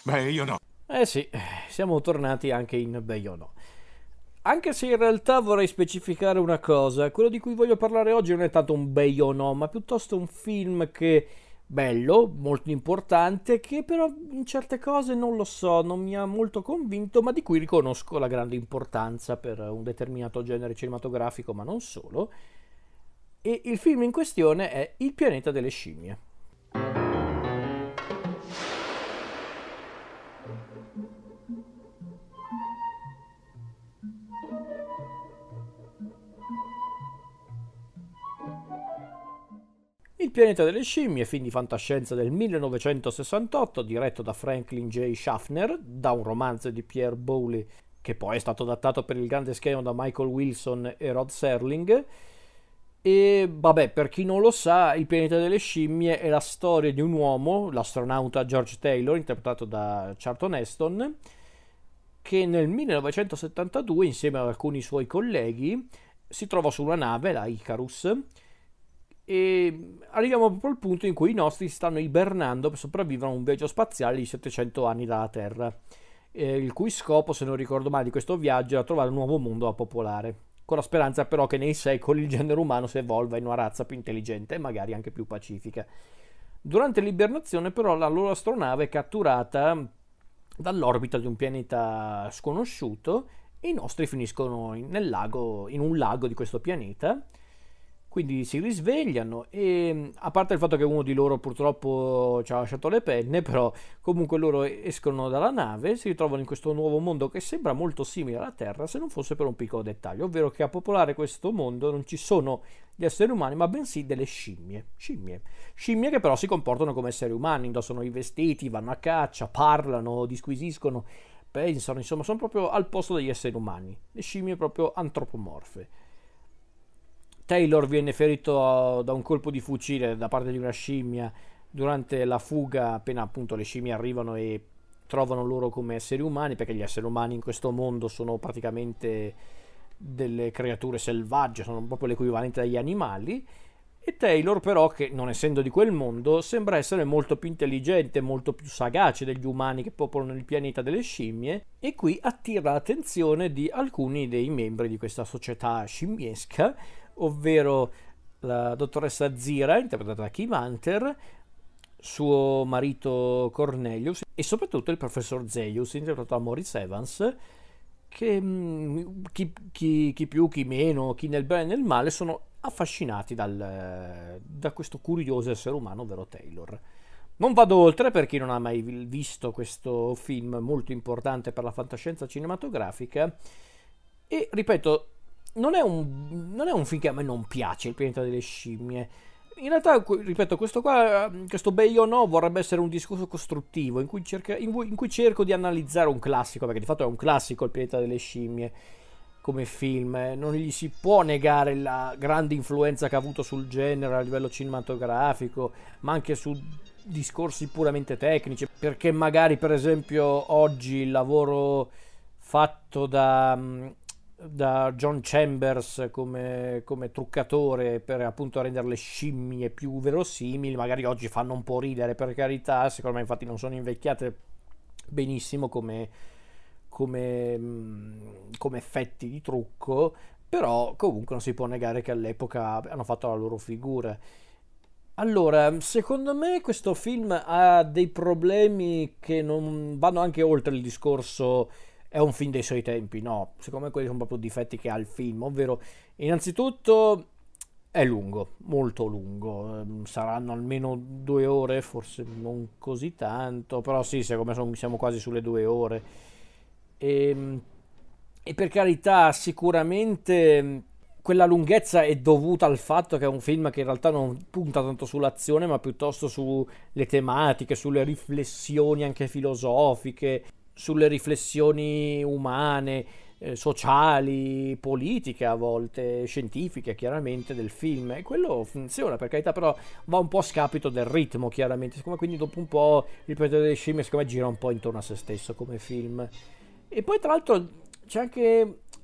Beh, io no. Eh sì, siamo tornati anche in Bayonno. Anche se in realtà vorrei specificare una cosa, quello di cui voglio parlare oggi non è tanto un Bayonno, ma piuttosto un film che bello, molto importante, che però in certe cose non lo so, non mi ha molto convinto, ma di cui riconosco la grande importanza per un determinato genere cinematografico, ma non solo. E il film in questione è Il pianeta delle scimmie. Il pianeta delle scimmie, film di fantascienza del 1968, diretto da Franklin J. Schaffner, da un romanzo di Pierre Boulle, che poi è stato adattato per il grande schermo da Michael Wilson e Rod Serling. E vabbè, per chi non lo sa, Il pianeta delle scimmie è la storia di un uomo, l'astronauta George Taylor, interpretato da Charlton Heston, che nel 1972, insieme ad alcuni suoi colleghi, si trova su una nave, la Icarus, e arriviamo proprio al punto in cui i nostri stanno ibernando per sopravvivere a un viaggio spaziale di 700 anni dalla Terra, il cui scopo, se non ricordo male, di questo viaggio era trovare un nuovo mondo da popolare, con la speranza però che nei secoli il genere umano si evolva in una razza più intelligente e magari anche più pacifica. Durante l'ibernazione però la loro astronave è catturata dall'orbita di un pianeta sconosciuto e i nostri finiscono nel lago, in un lago di questo pianeta. Quindi si risvegliano e a parte il fatto che uno di loro purtroppo ci ha lasciato le penne, però comunque loro escono dalla nave, si ritrovano in questo nuovo mondo che sembra molto simile alla Terra, se non fosse per un piccolo dettaglio, ovvero che a popolare questo mondo non ci sono gli esseri umani, ma bensì delle scimmie. Scimmie che però si comportano come esseri umani, indossano i vestiti, vanno a caccia, parlano, disquisiscono, pensano, insomma, sono proprio al posto degli esseri umani. Le scimmie proprio antropomorfe. Taylor viene ferito da un colpo di fucile da parte di una scimmia durante la fuga, appena appunto le scimmie arrivano e trovano loro come esseri umani, perché gli esseri umani in questo mondo sono praticamente delle creature selvagge, sono proprio l'equivalente degli animali. E Taylor però, che non essendo di quel mondo, sembra essere molto più intelligente, molto più sagace degli umani che popolano il pianeta delle scimmie, e qui attira l'attenzione di alcuni dei membri di questa società scimmiesca, ovvero la dottoressa Zira, interpretata da Kim Hunter, suo marito Cornelius e soprattutto il professor Zeius, interpretato da Maurice Evans, che chi più, chi meno, chi nel bene e nel male sono affascinati da questo curioso essere umano, ovvero Taylor. Non vado oltre per chi non ha mai visto questo film molto importante per la fantascienza cinematografica e ripeto, non è un film che a me non piace, Il pianeta delle scimmie. In realtà, ripeto, questo Bayonno vorrebbe essere un discorso costruttivo in cui cerco di analizzare un classico, perché di fatto è un classico Il pianeta delle scimmie come film. Non gli si può negare la grande influenza che ha avuto sul genere a livello cinematografico, ma anche su discorsi puramente tecnici, perché magari per esempio oggi il lavoro fatto da John Chambers come truccatore per appunto rendere le scimmie più verosimili magari oggi fanno un po' ridere, per carità, secondo me infatti non sono invecchiate benissimo come effetti di trucco, però comunque non si può negare che all'epoca hanno fatto la loro figura. Allora, secondo me questo film ha dei problemi che non vanno anche oltre il discorso è un film dei suoi tempi, no, secondo me quelli sono proprio difetti che ha il film, ovvero innanzitutto è lungo, molto lungo, saranno almeno 2 ore, forse non così tanto, però sì, secondo me siamo quasi sulle 2 ore. E, e per carità, sicuramente quella lunghezza è dovuta al fatto che è un film che in realtà non punta tanto sull'azione, ma piuttosto sulle tematiche, sulle riflessioni anche filosofiche, sulle riflessioni umane, sociali, politiche a volte, scientifiche chiaramente del film. E quello funziona, per carità, però va un po' a scapito del ritmo, chiaramente. Quindi dopo un po' il pianeta delle scimmie, secondo me, gira un po' intorno a se stesso come film. E poi tra l'altro c'è anche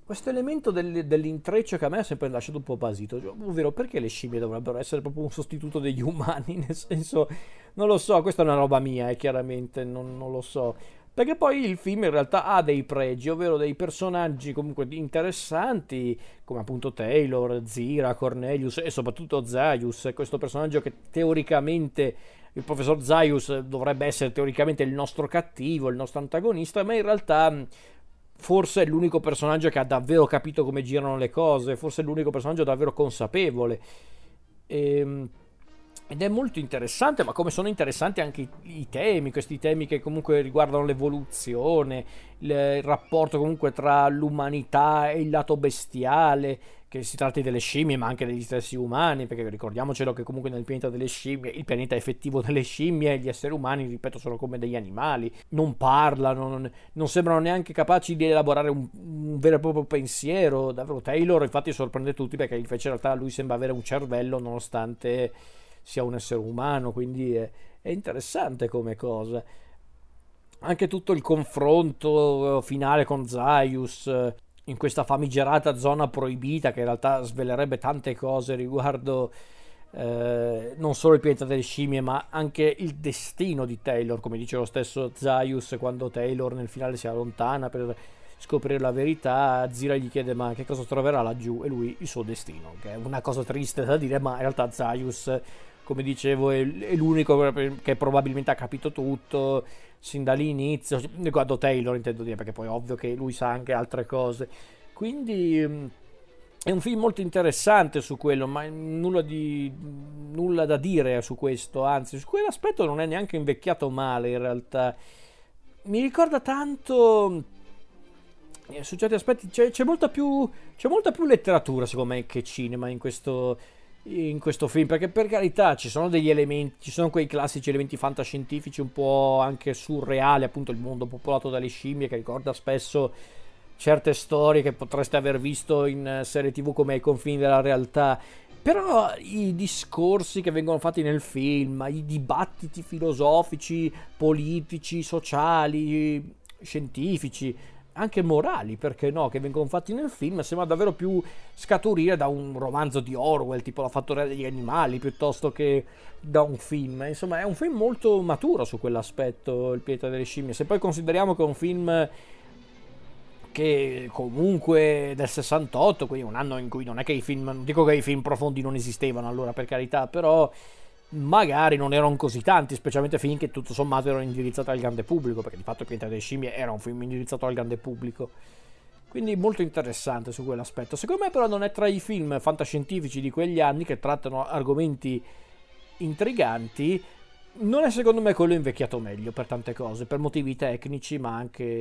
questo elemento dell'intreccio che a me ha sempre lasciato un po' basito, cioè, ovvero perché le scimmie dovrebbero essere proprio un sostituto degli umani, nel senso, non lo so, questa è una roba mia, chiaramente, non lo so. Perché poi il film in realtà ha dei pregi, ovvero dei personaggi comunque interessanti, come appunto Taylor, Zira, Cornelius e soprattutto Zaius, questo personaggio che teoricamente, il professor Zaius dovrebbe essere teoricamente il nostro cattivo, il nostro antagonista, ma in realtà forse è l'unico personaggio che ha davvero capito come girano le cose, forse è l'unico personaggio davvero consapevole. Ehm, Ed è molto interessante, ma come sono interessanti anche i temi, questi temi che comunque riguardano l'evoluzione, il rapporto comunque tra l'umanità e il lato bestiale, che si tratti delle scimmie ma anche degli stessi umani, perché ricordiamocelo che comunque nel pianeta delle scimmie, il pianeta effettivo delle scimmie, gli esseri umani, ripeto, sono come degli animali, non parlano, non sembrano neanche capaci di elaborare un vero e proprio pensiero. Davvero Taylor infatti sorprende tutti perché invece in realtà lui sembra avere un cervello nonostante sia un essere umano, quindi è interessante come cosa. Anche tutto il confronto finale con Zaius in questa famigerata zona proibita che in realtà svelerebbe tante cose riguardo non solo il pianeta delle scimmie ma anche il destino di Taylor, come dice lo stesso Zaius quando Taylor nel finale si allontana per scoprire la verità. Zira gli chiede ma che cosa troverà laggiù e lui il suo destino, che è una cosa triste da dire, ma in realtà Zaius, come dicevo, è l'unico che probabilmente ha capito tutto sin dall'inizio, riguardo Taylor intendo dire, perché poi è ovvio che lui sa anche altre cose. Quindi è un film molto interessante su quello, ma nulla da dire su questo, anzi su quell'aspetto non è neanche invecchiato male in realtà. Mi ricorda tanto su certi aspetti c'è molta più letteratura secondo me che cinema in questo film, perché per carità ci sono degli elementi, ci sono quei classici elementi fantascientifici un po' anche surreali, appunto il mondo popolato dalle scimmie che ricorda spesso certe storie che potreste aver visto in serie TV come Ai confini della realtà. Però i discorsi che vengono fatti nel film, i dibattiti filosofici, politici, sociali, scientifici, anche morali, perché no, che vengono fatti nel film, sembra davvero più scaturire da un romanzo di Orwell, tipo La fattoria degli animali, piuttosto che da un film. Insomma, è un film molto maturo su quell'aspetto, Il pianeta delle scimmie. Se poi consideriamo che è un film che comunque del 68, quindi un anno in cui non è che i film, non dico che i film profondi non esistevano allora, per carità, però magari non erano così tanti, specialmente film che tutto sommato erano indirizzati al grande pubblico, perché di fatto Il pianeta delle scimmie era un film indirizzato al grande pubblico. Quindi molto interessante su quell'aspetto. Secondo me però non è tra i film fantascientifici di quegli anni che trattano argomenti intriganti, non è secondo me quello invecchiato meglio per tante cose, per motivi tecnici, ma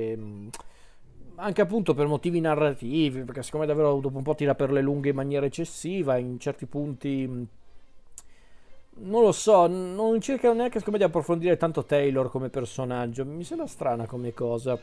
anche appunto per motivi narrativi, perché secondo me davvero dopo un po' tira per le lunghe in maniera eccessiva, in certi punti non lo so, non cercano neanche secondo me di approfondire tanto Taylor come personaggio, mi sembra strana come cosa.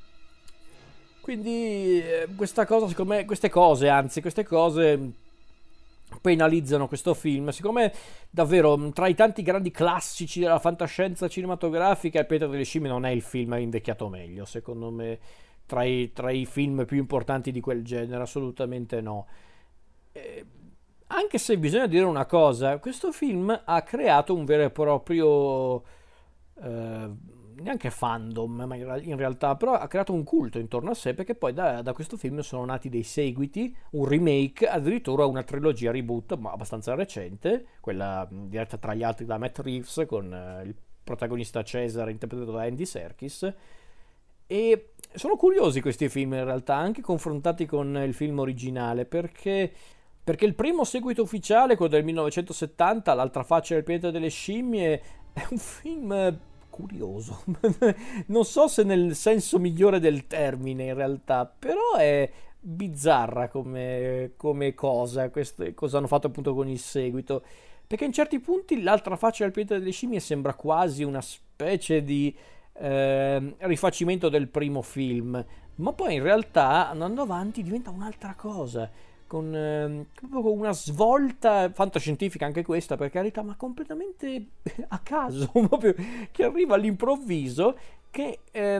Quindi questa cosa, secondo me, queste cose penalizzano questo film. Secondo me, davvero, tra i tanti grandi classici della fantascienza cinematografica, Il pianeta delle scimmie non è il film invecchiato meglio, secondo me, tra i film più importanti di quel genere, assolutamente no. Eh, Anche se bisogna dire una cosa, questo film ha creato un vero e proprio eh, neanche fandom, ma in realtà però ha creato un culto intorno a sé, perché poi da questo film sono nati dei seguiti, un remake, addirittura una trilogia reboot, ma abbastanza recente, quella diretta tra gli altri da Matt Reeves con il protagonista Cesare interpretato da Andy Serkis. E sono curiosi questi film in realtà, anche confrontati con il film originale, perché il primo seguito ufficiale, quello del 1970, L'altra faccia del pianeta delle scimmie, è un film curioso. Non so se nel senso migliore del termine in realtà, però è bizzarra come cosa, cosa hanno fatto appunto con il seguito. Perché in certi punti L'altra faccia del pianeta delle scimmie sembra quasi una specie di rifacimento del primo film, ma poi in realtà andando avanti diventa un'altra cosa proprio con una svolta fantascientifica anche questa per carità, ma completamente a caso proprio, che arriva all'improvviso, che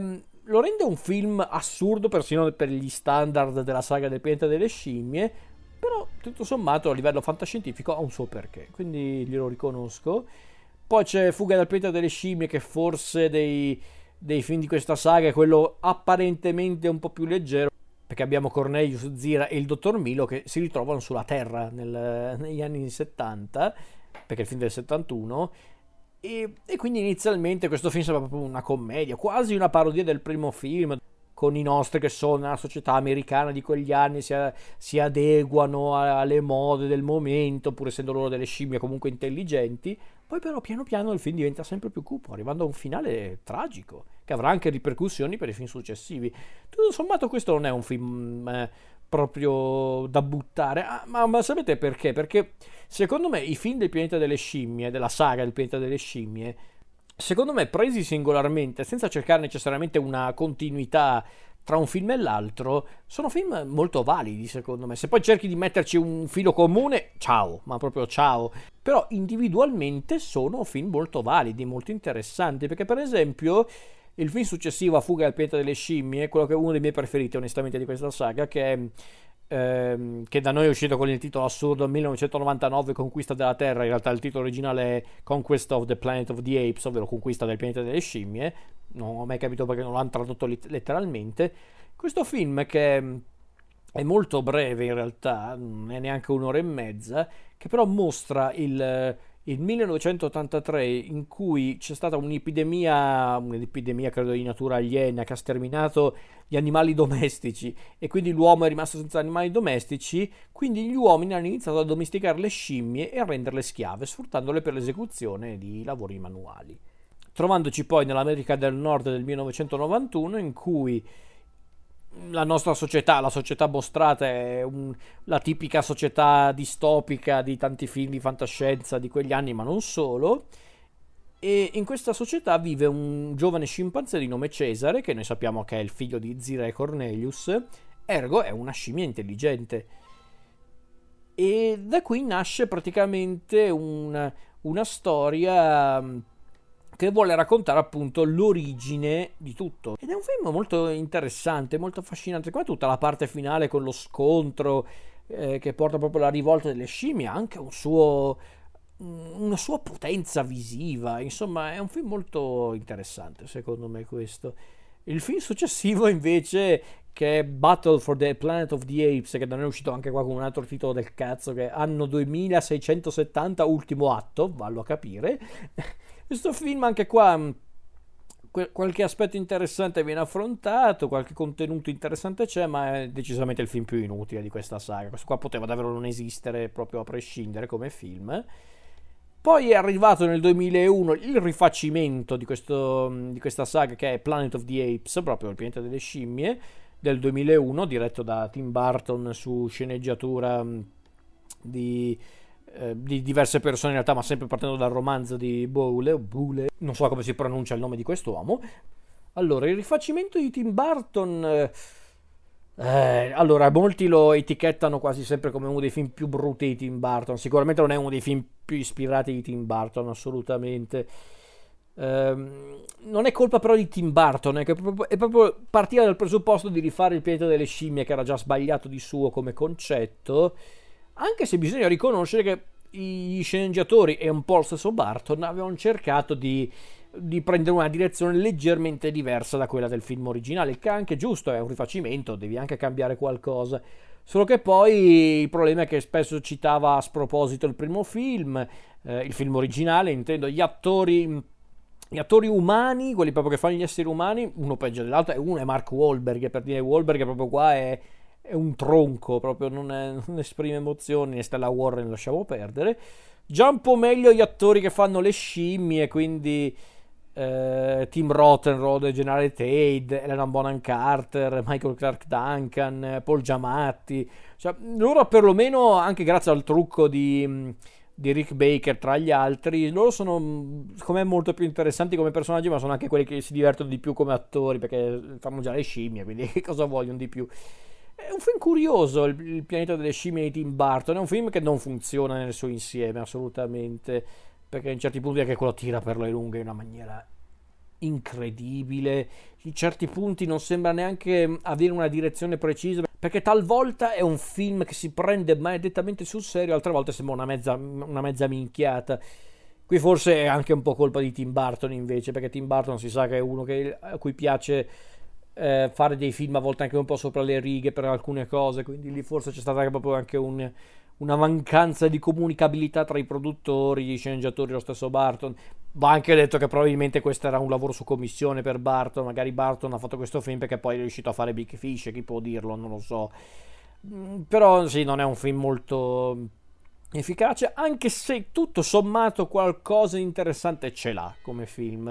lo rende un film assurdo persino per gli standard della saga del pianeta delle scimmie, però tutto sommato a livello fantascientifico ha un suo perché, quindi glielo riconosco. Poi c'è Fuga dal pianeta delle scimmie, che forse dei film di questa saga è quello apparentemente un po' più leggero, perché abbiamo Cornelius, Zira e il dottor Milo che si ritrovano sulla Terra negli anni 70, perché è il film del 71, e quindi inizialmente questo film sembra proprio una commedia, quasi una parodia del primo film, con i nostri che sono nella società americana di quegli anni, si adeguano alle mode del momento, pur essendo loro delle scimmie comunque intelligenti. Poi però piano piano il film diventa sempre più cupo, arrivando a un finale tragico, che avrà anche ripercussioni per i film successivi. Tutto sommato questo non è un film proprio da buttare. Ma sapete perché? Perché secondo me i film del pianeta delle scimmie, della saga del pianeta delle scimmie, secondo me presi singolarmente, senza cercare necessariamente una continuità tra un film e l'altro, sono film molto validi secondo me. Se poi cerchi di metterci un filo comune, ciao, ma proprio ciao. Però individualmente sono film molto validi, molto interessanti, perché per esempio il film successivo a Fuga dal pianeta delle scimmie, quello che è uno dei miei preferiti onestamente di questa saga, che da noi è uscito con il titolo assurdo 1999 Conquista della Terra, in realtà il titolo originale è Conquest of the Planet of the Apes, ovvero Conquista del pianeta delle scimmie. Non ho mai capito perché non l'hanno tradotto letteralmente. Questo film, che è molto breve in realtà, non è neanche un'ora e mezza, che però mostra il 1983, in cui c'è stata un'epidemia credo di natura aliena, che ha sterminato gli animali domestici, e quindi l'uomo è rimasto senza animali domestici. Quindi gli uomini hanno iniziato a domesticare le scimmie e a renderle schiave, sfruttandole per l'esecuzione di lavori manuali, trovandoci poi nell'America del Nord del 1991, in cui la nostra società, la società mostrata è la tipica società distopica di tanti film di fantascienza di quegli anni, ma non solo. E in questa società vive un giovane scimpanzé di nome Cesare, che noi sappiamo che è il figlio di Zira e Cornelius, ergo è una scimmia intelligente. E da qui nasce praticamente una storia che vuole raccontare appunto l'origine di tutto. Ed è un film molto interessante, molto affascinante, come tutta la parte finale con lo scontro che porta proprio alla rivolta delle scimmie, ha anche una sua potenza visiva. Insomma, è un film molto interessante, secondo me, questo. Il film successivo, invece, che è Battle for the Planet of the Apes, che da noi è uscito anche qua con un altro titolo del cazzo, che è Anno 2670, ultimo atto, vallo a capire. Questo film, anche qua, qualche aspetto interessante viene affrontato, qualche contenuto interessante c'è, ma è decisamente il film più inutile di questa saga. Questo qua poteva davvero non esistere proprio a prescindere come film. Poi è arrivato nel 2001 il rifacimento di questa saga, che è Planet of the Apes, proprio il pianeta delle scimmie, del 2001, diretto da Tim Burton su sceneggiatura di diverse persone in realtà, ma sempre partendo dal romanzo di Bowle, non so come si pronuncia il nome di quest'uomo. Allora, il rifacimento di Tim Burton, allora molti lo etichettano quasi sempre come uno dei film più brutti di Tim Burton. Sicuramente non è uno dei film più ispirati di Tim Burton, assolutamente. Non è colpa però di Tim Burton, è proprio partire dal presupposto di rifare il pianeta delle scimmie, che era già sbagliato di suo come concetto, anche se bisogna riconoscere che gli sceneggiatori e un po' lo stesso Burton avevano cercato di prendere una direzione leggermente diversa da quella del film originale, il che è anche giusto, è un rifacimento, devi anche cambiare qualcosa. Solo che poi il problema è che spesso citava a sproposito il primo film, il film originale, intendo, gli attori umani, quelli proprio che fanno gli esseri umani, uno peggio dell'altro, e uno è Mark Wahlberg, e per dire Wahlberg proprio qua è un tronco, proprio non esprime emozioni, e Stella Warren lasciamo perdere. Già un po' meglio gli attori che fanno le scimmie, quindi Tim Rottenrod, Generale Tate, Helena Bonham Carter, Michael Clark Duncan, Paul Giamatti, cioè, loro perlomeno, anche grazie al trucco di Rick Baker tra gli altri, loro sono secondo me molto più interessanti come personaggi, ma sono anche quelli che si divertono di più come attori, perché fanno già le scimmie, quindi che cosa vogliono di più? È un film curioso, il pianeta delle scimmie di Tim Burton. È un film che non funziona nel suo insieme assolutamente, perché in certi punti anche quello tira per le lunghe in una maniera incredibile, in certi punti non sembra neanche avere una direzione precisa, perché talvolta è un film che si prende maledettamente sul serio, altre volte sembra una mezza minchiata. Qui forse è anche un po' colpa di Tim Burton invece, perché Tim Burton si sa che è uno a cui piace fare dei film a volte anche un po' sopra le righe per alcune cose, quindi lì forse c'è stata proprio anche una mancanza di comunicabilità tra i produttori, gli sceneggiatori e lo stesso Burton. Va anche detto che probabilmente questo era un lavoro su commissione per Burton, magari Burton ha fatto questo film perché poi è riuscito a fare Big Fish, chi può dirlo, non lo so. Però sì, non è un film molto efficace, anche se tutto sommato qualcosa di interessante ce l'ha come film.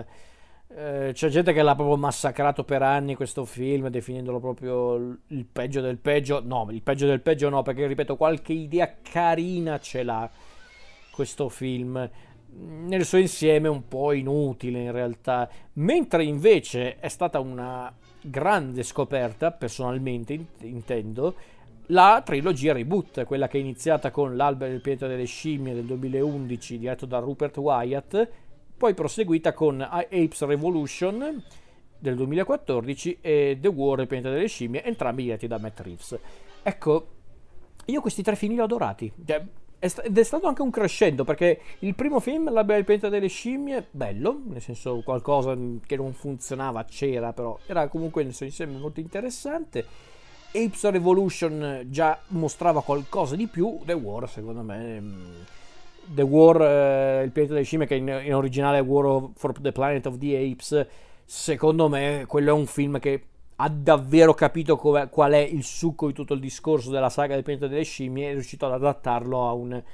C'è gente che l'ha proprio massacrato per anni questo film, definendolo proprio il peggio del peggio. No, il peggio del peggio no, perché ripeto, qualche idea carina ce l'ha questo film. Nel suo insieme un po' inutile in realtà. Mentre invece è stata una grande scoperta, personalmente intendo, la trilogia reboot, quella che è iniziata con L'alba del pianeta delle scimmie del 2011, diretto da Rupert Wyatt, poi proseguita con Apes Revolution del 2014 e The War del pianeta delle scimmie, entrambi diretti da Matt Reeves. Ecco, io questi tre film li ho adorati. Ed è stato anche un crescendo, perché il primo film, L'alba del pianeta delle scimmie, bello, nel senso qualcosa che non funzionava c'era, però era comunque nel suo insieme molto interessante. Apes Revolution già mostrava qualcosa di più. The War, secondo me, The War, il pianeta delle scimmie, che in originale è War for the Planet of the Apes, secondo me quello è un film che ha davvero capito qual è il succo di tutto il discorso della saga del pianeta delle scimmie e è riuscito ad adattarlo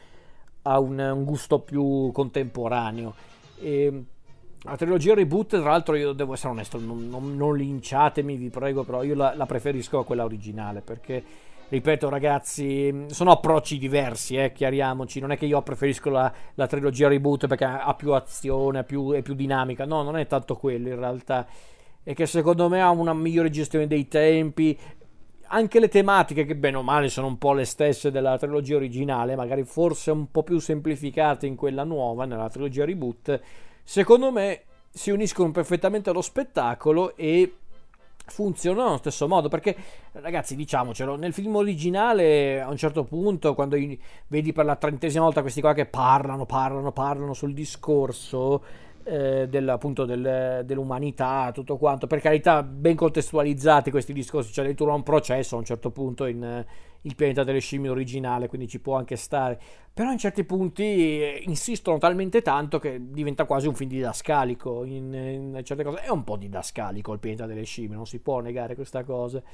a un gusto più contemporaneo. E la trilogia reboot, tra l'altro, io devo essere onesto, non linciatemi, vi prego, però io la preferisco a quella originale, perché, ripeto ragazzi, sono approcci diversi, chiariamoci, non è che io preferisco la trilogia reboot perché ha più azione, è più dinamica, no, non è tanto quello in realtà, è che secondo me ha una migliore gestione dei tempi, anche le tematiche che bene o male sono un po' le stesse della trilogia originale, magari forse un po' più semplificate in quella nuova, nella trilogia reboot, secondo me si uniscono perfettamente allo spettacolo e funzionano allo stesso modo, perché ragazzi, diciamocelo, nel film originale a un certo punto, quando vedi per la 30ª volta questi qua che parlano sul discorso appunto dell'umanità, tutto quanto, per carità, ben contestualizzati questi discorsi, cioè addirittura un processo a un certo punto in il pianeta delle scimmie originale, quindi ci può anche stare, però in certi punti insistono talmente tanto che diventa quasi un film didascalico in certe cose. È un po' didascalico il pianeta delle scimmie, non si può negare questa cosa.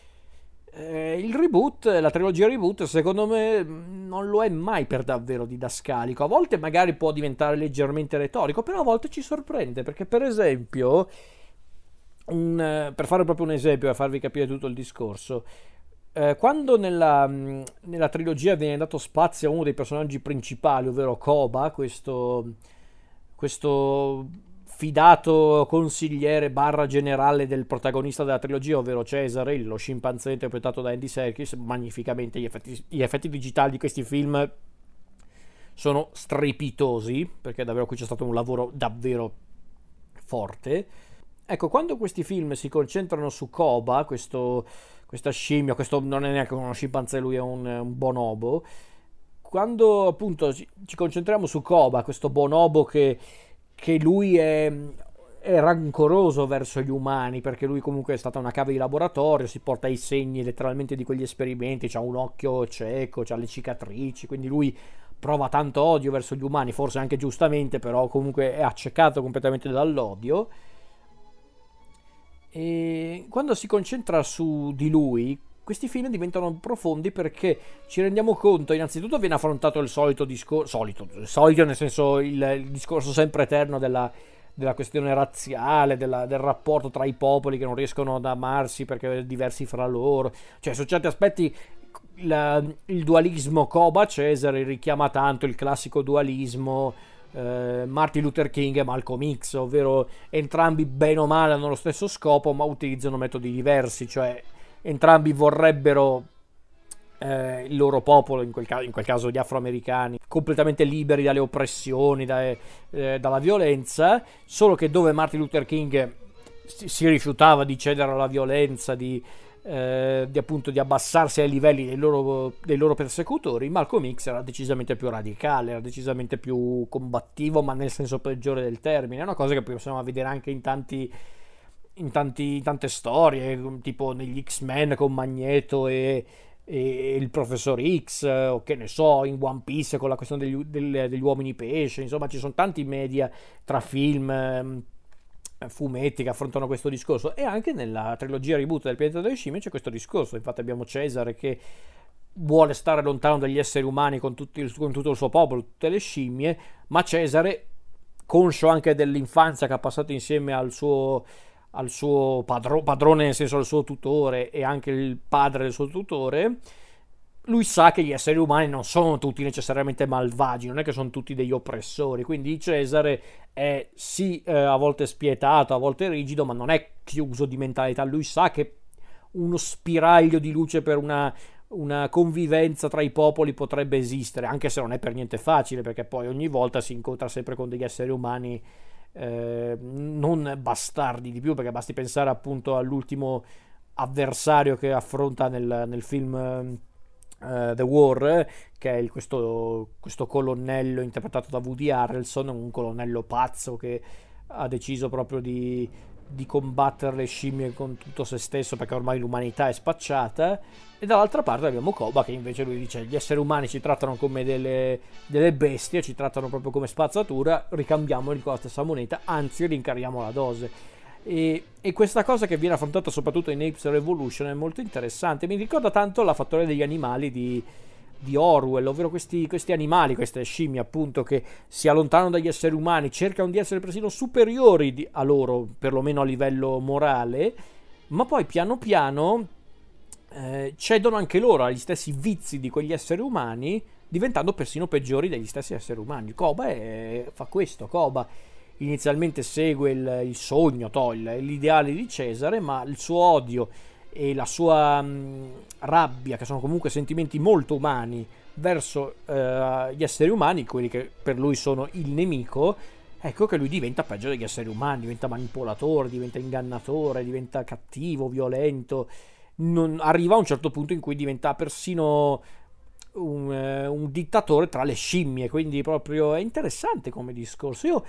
Il reboot, la trilogia reboot, secondo me non lo è mai per davvero didascalico. A volte magari può diventare leggermente retorico, però a volte ci sorprende, perché per esempio, per fare proprio un esempio e farvi capire tutto il discorso, quando nella trilogia viene dato spazio a uno dei personaggi principali, ovvero Koba, questo fidato consigliere barra generale del protagonista della trilogia, ovvero Cesare, lo scimpanzé interpretato da Andy Serkis, magnificamente. Gli effetti digitali di questi film sono strepitosi, perché davvero qui c'è stato un lavoro davvero forte. Ecco, quando questi film si concentrano su Koba, questa scimmia, questo non è neanche uno scimpanzé, lui è un bonobo, quando appunto ci concentriamo su Koba, questo bonobo che lui è rancoroso verso gli umani, perché lui comunque è stata una cave di laboratorio, si porta i segni letteralmente di quegli esperimenti, c'ha un occhio cieco, c'ha le cicatrici, quindi lui prova tanto odio verso gli umani, forse anche giustamente, però comunque è accecato completamente dall'odio. E quando si concentra su di lui, questi film diventano profondi, perché ci rendiamo conto, innanzitutto viene affrontato il solito discorso, solito nel senso il discorso sempre eterno della questione razziale, del rapporto tra i popoli che non riescono ad amarsi perché diversi fra loro, cioè su certi aspetti il dualismo Koba-Cesare richiama tanto il classico dualismo Martin Luther King e Malcolm X, ovvero entrambi bene o male hanno lo stesso scopo ma utilizzano metodi diversi, cioè entrambi vorrebbero il loro popolo, in quel caso gli afroamericani, completamente liberi dalle oppressioni, dalla violenza, solo che dove Martin Luther King si rifiutava di cedere alla violenza, appunto di abbassarsi ai livelli dei loro persecutori, Malcolm X era decisamente più radicale, era decisamente più combattivo, ma nel senso peggiore del termine. È una cosa che possiamo vedere anche in tante storie, tipo negli X-Men con Magneto e il professor X, o che ne so, in One Piece con la questione degli uomini pesce. Insomma, ci sono tanti media, tra film, fumetti, che affrontano questo discorso, e anche nella trilogia reboot del pianeta delle scimmie c'è questo discorso. Infatti abbiamo Cesare che vuole stare lontano dagli esseri umani con tutto il suo popolo, tutte le scimmie, ma Cesare, conscio anche dell'infanzia che ha passato insieme al suo padrone, nel senso al suo tutore, e anche il padre del suo tutore, lui sa che gli esseri umani non sono tutti necessariamente malvagi, non è che sono tutti degli oppressori, quindi Cesare è sì, a volte spietato, a volte rigido, ma non è chiuso di mentalità. Lui sa che uno spiraglio di luce per una convivenza tra i popoli potrebbe esistere, anche se non è per niente facile, perché poi ogni volta si incontra sempre con degli esseri umani non bastardi di più, perché basti pensare appunto all'ultimo avversario che affronta nel film The War, che è questo colonnello interpretato da Woody Harrelson, un colonnello pazzo che ha deciso proprio di combattere le scimmie con tutto se stesso, perché ormai l'umanità è spacciata. E dall'altra parte abbiamo Koba, che invece lui dice: gli esseri umani ci trattano come delle bestie, ci trattano proprio come spazzatura, ricambiamoli con la stessa moneta, anzi rincariamo la dose. E questa cosa che viene affrontata soprattutto in Apes Revolution è molto interessante. Mi ricorda tanto la fattoria degli animali di Orwell, ovvero questi animali, queste scimmie appunto, che si allontanano dagli esseri umani, cercano di essere persino superiori a loro, perlomeno a livello morale, ma poi piano piano cedono anche loro agli stessi vizi di quegli esseri umani, diventando persino peggiori degli stessi esseri umani. Koba fa questo. Koba inizialmente segue il sogno, l'ideale di Cesare, ma il suo odio e la sua rabbia, che sono comunque sentimenti molto umani verso gli esseri umani, quelli che per lui sono il nemico, ecco che lui diventa peggio degli esseri umani, diventa manipolatore, diventa ingannatore, diventa cattivo, violento. Arriva a un certo punto in cui diventa persino un dittatore tra le scimmie, quindi proprio è interessante come discorso. Io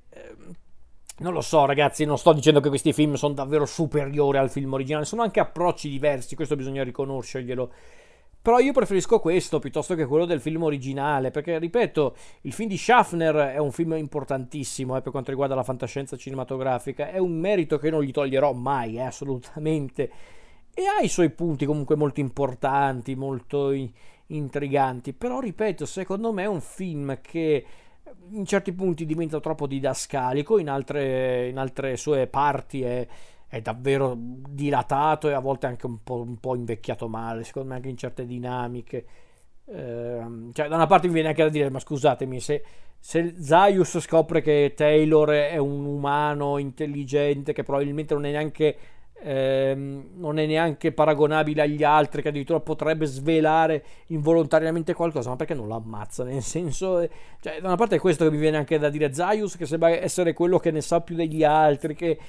non lo so, ragazzi, non sto dicendo che questi film sono davvero superiori al film originale, sono anche approcci diversi, questo bisogna riconoscerglielo, però io preferisco questo piuttosto che quello del film originale, perché ripeto, il film di Schaffner è un film importantissimo per quanto riguarda la fantascienza cinematografica, è un merito che non gli toglierò mai, assolutamente, e ha i suoi punti comunque molto importanti, molto intriganti, però ripeto, secondo me è un film che in certi punti diventa troppo didascalico, in altre sue parti è davvero dilatato e a volte anche un po' invecchiato male, secondo me anche in certe dinamiche. Cioè, da una parte mi viene anche da dire: ma scusatemi, se Zaius scopre che Taylor è un umano intelligente che probabilmente non è neanche paragonabile agli altri, che addirittura potrebbe svelare involontariamente qualcosa, ma perché non lo ammazza? Nel senso, cioè, da una parte è questo che mi viene anche da dire. Zaius, che sembra essere quello che ne sa più degli altri, che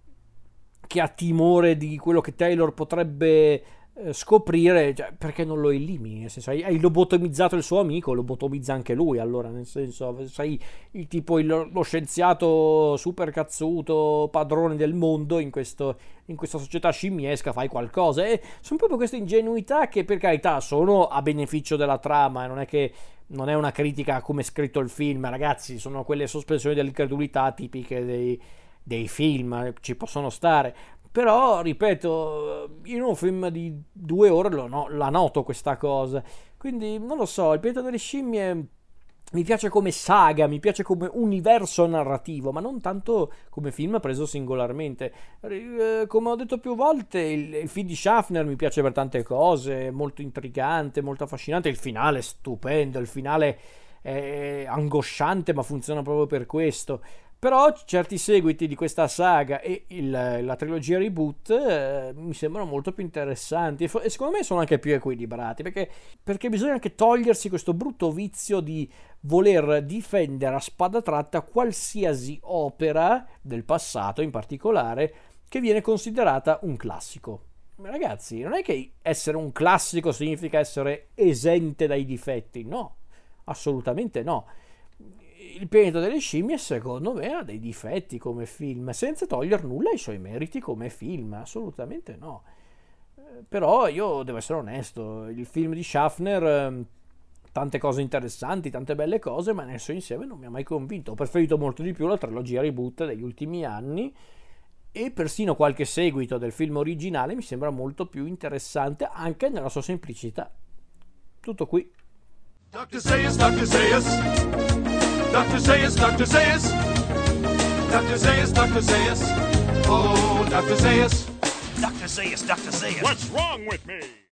ha timore di quello che Taylor potrebbe scoprire, cioè, perché non lo elimini? Nel senso, hai lobotomizzato il suo amico, lobotomizza anche lui, allora, nel senso, sei il tipo, lo scienziato super cazzuto, padrone del mondo in questa società scimmiesca, fai qualcosa. E sono proprio queste ingenuità che, per carità, sono a beneficio della trama, non è una critica a come è scritto il film, ragazzi, sono quelle sospensioni dell'incredulità tipiche dei film, ci possono stare. Però, ripeto, in un film di 2 ore la noto questa cosa. Quindi, non lo so, il pianeta delle scimmie mi piace come saga, mi piace come universo narrativo, ma non tanto come film preso singolarmente. Come ho detto più volte, il film di Schaffner mi piace per tante cose, molto intrigante, molto affascinante. Il finale è stupendo, il finale è angosciante, ma funziona proprio per questo. Però certi seguiti di questa saga e la trilogia reboot mi sembrano molto più interessanti e secondo me sono anche più equilibrati, perché bisogna anche togliersi questo brutto vizio di voler difendere a spada tratta qualsiasi opera del passato in particolare che viene considerata un classico. Ragazzi, non è che essere un classico significa essere esente dai difetti, no, assolutamente no. Il pianeta delle scimmie secondo me ha dei difetti come film, senza togliere nulla ai suoi meriti come film, assolutamente no. Però io devo essere onesto, il film di Schaffner, tante cose interessanti, tante belle cose, ma nel suo insieme non mi ha mai convinto. Ho preferito molto di più la trilogia reboot degli ultimi anni e persino qualche seguito del film originale mi sembra molto più interessante anche nella sua semplicità. Tutto qui. Dr. Zaius, Dr. Zaius. Dr. Zaius, Dr. Zaius. Dr. Zaius, Dr. Zaius. Oh, Dr. Zaius. Dr. Zaius, Dr. Zaius. What's wrong with me?